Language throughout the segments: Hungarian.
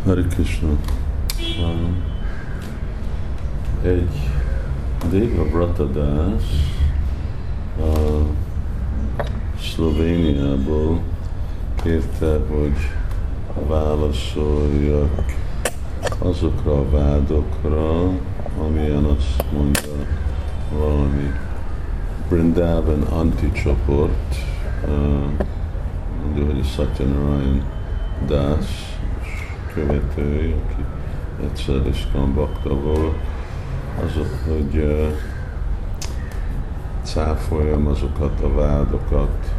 Hare Krishna. Egy Deva Vrata Das Szlovéniából kérte, hogy válaszoljak azokra a vádokra, amilyen azt mondja valami Vrindavan anticsoport, mondja, hogy a Satyanarayan Das követői, aki egyszer ISKCON bakta volt, azok, hogy cáfoljam azokat a vádokat,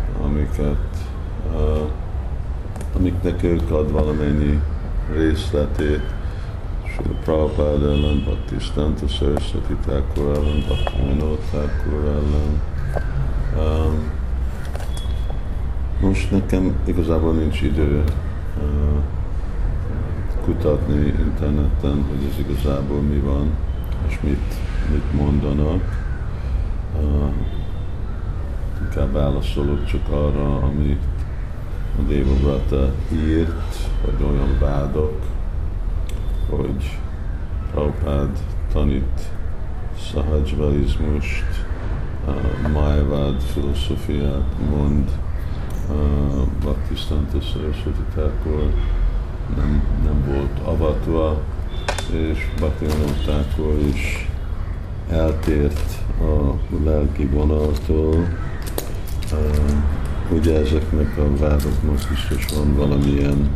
amiknek ők ad valamennyi részletét, Srila Prabhupád ellen, Bhaktisiddhanta Saraswati Thakur ellen, Bhaktivinoda Thakur ellen. Most nekem igazából nincs idő kutatni interneten, hogy ez igazából mi van, és mit mondanak. Inkább válaszolok csak arra, amit a Deva Vrata írt, vagy olyan vádok, hogy Prabhupád tanít szahajvaizmust, májvád filozófiát mond, Bhaktisiddhanta Saraswati Thakur nem volt avatva, és Bhaktivinoda Thakur is eltért a lelki vonaltól. Ugye ezeknek a vádoknak biztos van valamilyen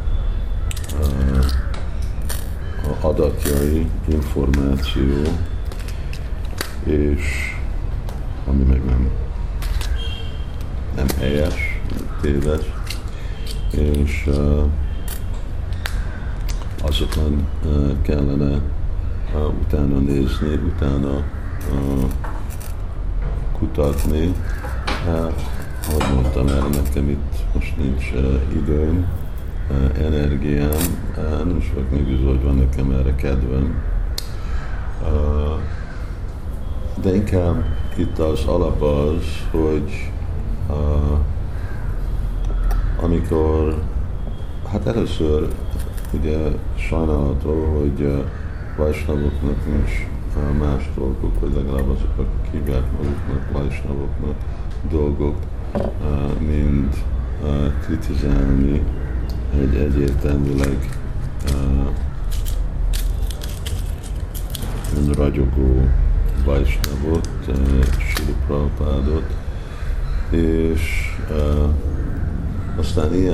adatjai, információ, és ami meg nem helyes, téves, és azokon kellene utána nézni, utána kutatni. Ahogy mondtam el, nekem itt most nincs időm, energiám, nem is vagyok meggyőződve, hogy van nekem erre kedvem. De inkább itt az alap az, hogy amikor, hát először ugye sajnálatról, hogy vajsnavoknak nincs más dolgok, vagy legalább azok, akik hívják maguknak vajsnavoknak dolgok, mind kritizálni egy egyértelműleg ragyogó vajsnavot, Srila Prabhupádot, és aztán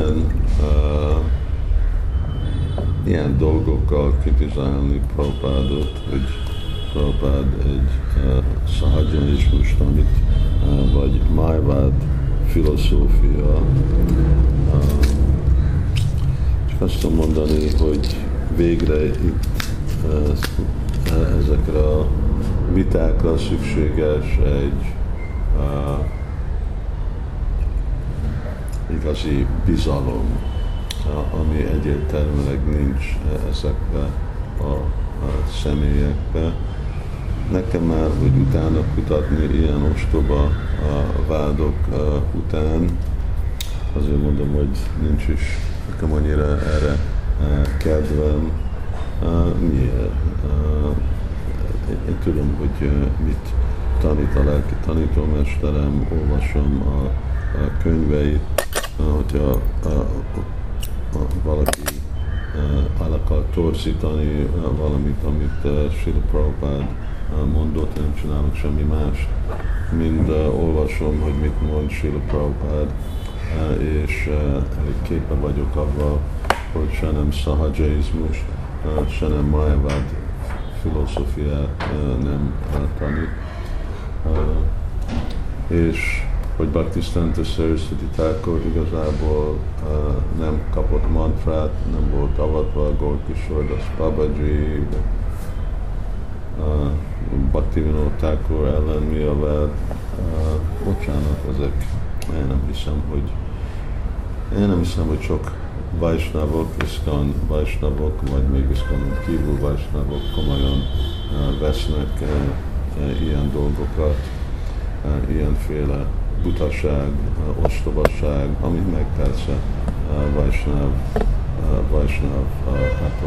ilyen dolgokkal kritizálni Prabhupádot, hogy Prabhupád egy szahajvaizmust tanít, vagy májvád filozófia. Csak azt tudom mondani, hogy végre itt ezekre a vitákra szükséges egy igazi bizalom, ami egyértelműleg nincs ezekbe a személyekbe. Nekem már, hogy utána kutatni ilyen ostoba vádok után, azért mondom, hogy nincs is nekem annyira erre kedvem. Miért? Én tudom, hogy mit tanít a lelki tanítómesterem, olvasom a könyveit, hogyha valaki el akar torzítani valamit, amit Srila Prabhupád mondott, nem csinálok semmi más, mind olvasom, hogy mit mond Srila Prabhupád, és képen vagyok abban, hogy se nem szahajvaizmust, se nem májvád filozófiát nem tanít. És hogy Bhaktisiddhanta Saraswati Thakur igazából nem kapott mantrát, nem volt avatva a Gaura Kishora Das Babaji, Bhaktivinoda Thakur ellen mi a vád. Bocsánat, ezek én nem hiszem, hogy sok vajsnavok, ISKCON vajsnavok, vagy még ISKCON-on kívül vajsnavok komolyan vesznek ilyen dolgokat, ilyenféle butaság, ostobaság, ami meg persze Vajsnáv hát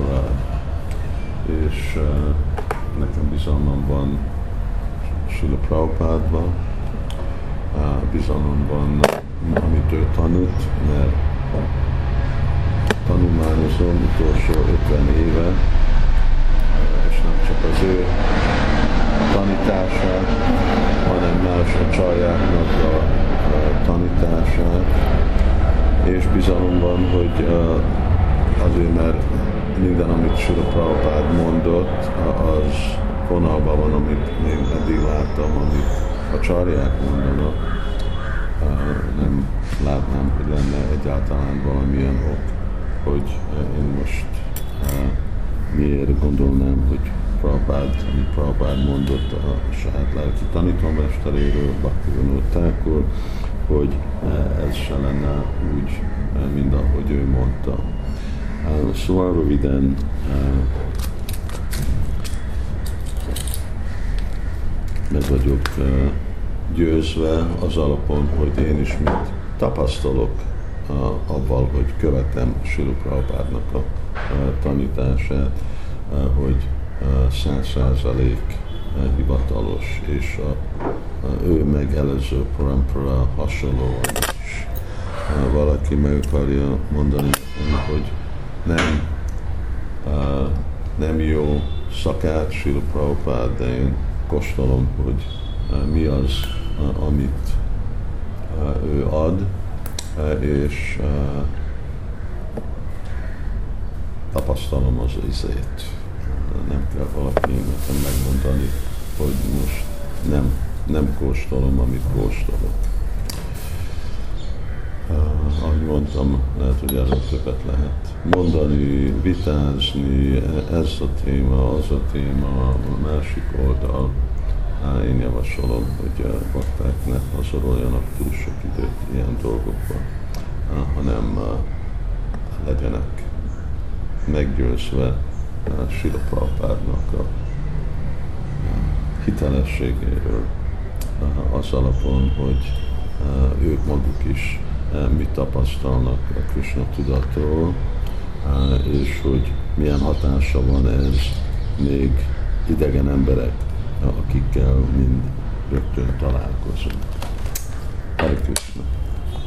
és nekem bizalmam van Srila Prabhupádban, bizalmam van, amit ő tanult, mert tanulmányozom utolsó 50 éve, és nem csak az ő tanítását, hanem más a csarjáknak a tanítását, és bizalom van, hogy azért, mert minden, amit Srila Prabhupád mondott, az vonalban van, amit még eddig láttam, amit a csarják mondanak. Nem látnám, hogy lenne egyáltalán valamilyen ok, hogy én most miért gondolnám, hogy Prabhupád, amit Prabhupád mondott a saját lelki tanítómesteréről, Bhaktivinoda Thakur, hogy ez se lenne úgy, mint ahogy ő mondta. Szóval röviden meg vagyok győzve az alapon, hogy én is mit tapasztalok avval, hogy követem Srila Prabhupádnak a tanítását, hogy 100% hivatalos, és ő megelőző parampara hasonlóan is. Valaki meg akarja mondani, hogy nem jó szakát Srila Prabhupád, de én kóstolom, hogy mi az, amit ő ad, és tapasztalom az ízét. Nem kell valaki nekem megmondani, hogy most nem kóstolom, amit kóstolok. Ahogy mondtam, lehet, hogy erről többet lehet mondani, vitázni, ez a téma, az a téma, a másik oldal. Én javasolom, hogy bakták ne pazaroljanak túl sok időt ilyen dolgokba, hanem legyenek meggyőzve Srila Prabhupádnak a hitelességéről az alapon, hogy ők maguk is mit tapasztalnak a Krishna tudatról, és hogy milyen hatása van ez még idegen emberek, akikkel mind rögtön találkozunk. Hare Krishna.